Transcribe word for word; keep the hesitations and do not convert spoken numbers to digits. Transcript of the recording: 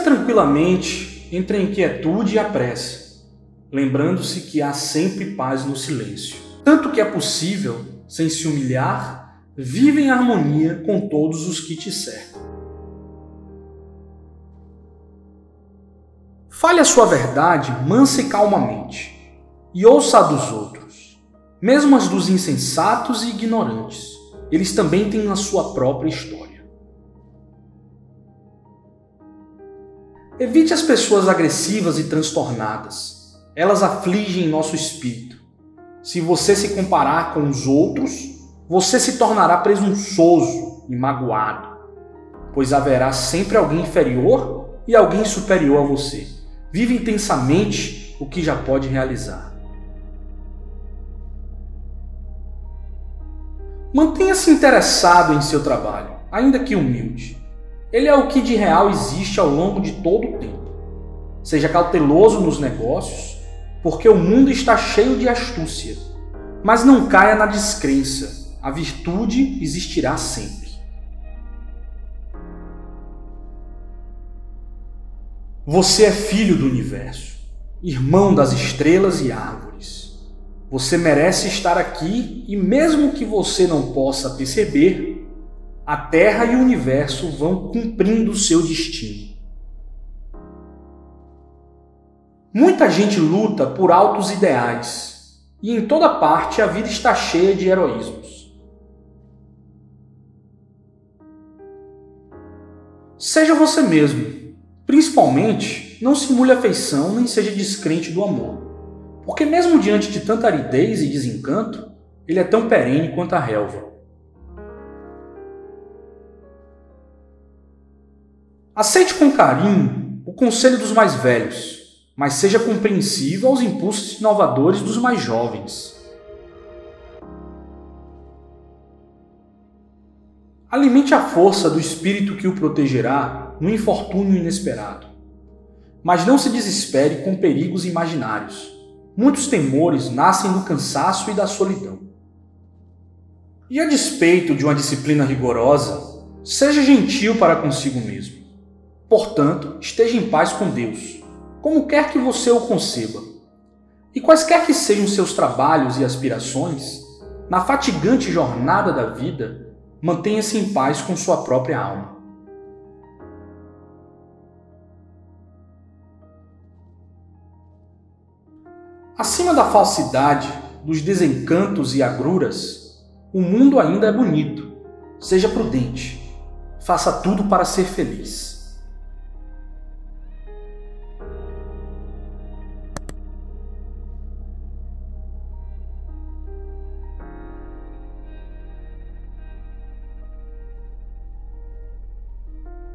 tranquilamente entre a inquietude e a pressa, lembrando-se que há sempre paz no silêncio. Tanto que é possível, sem se humilhar, vive em harmonia com todos os que te cercam. Fale a sua verdade mansa e calmamente, e ouça a dos outros, mesmo as dos insensatos e ignorantes. Eles também têm a sua própria história. Evite as pessoas agressivas e transtornadas. Elas afligem nosso espírito. Se você se comparar com os outros, você se tornará presunçoso e magoado, pois haverá sempre alguém inferior e alguém superior a você. Vive intensamente o que já pode realizar. Mantenha-se interessado em seu trabalho, ainda que humilde. Ele é o que de real existe ao longo de todo o tempo. Seja cauteloso nos negócios, porque o mundo está cheio de astúcia. Mas não caia na descrença, a virtude existirá sempre. Você é filho do universo, irmão das estrelas e árvores. Você merece estar aqui e mesmo que você não possa perceber, a Terra e o universo vão cumprindo o seu destino. Muita gente luta por altos ideais e em toda parte a vida está cheia de heroísmos. Seja você mesmo. Principalmente, não simule afeição nem seja descrente do amor, porque mesmo diante de tanta aridez e desencanto, ele é tão perene quanto a relva. Aceite com carinho o conselho dos mais velhos, mas seja compreensivo aos impulsos inovadores dos mais jovens. Alimente a força do espírito que o protegerá no infortúnio inesperado. Mas não se desespere com perigos imaginários. Muitos temores nascem do cansaço e da solidão. E a despeito de uma disciplina rigorosa, seja gentil para consigo mesmo. Portanto, esteja em paz com Deus, como quer que você o conceba. E quaisquer que sejam seus trabalhos e aspirações, na fatigante jornada da vida, mantenha-se em paz com sua própria alma. Acima da falsidade, dos desencantos e agruras, o mundo ainda é bonito. Seja prudente. Faça tudo para ser feliz.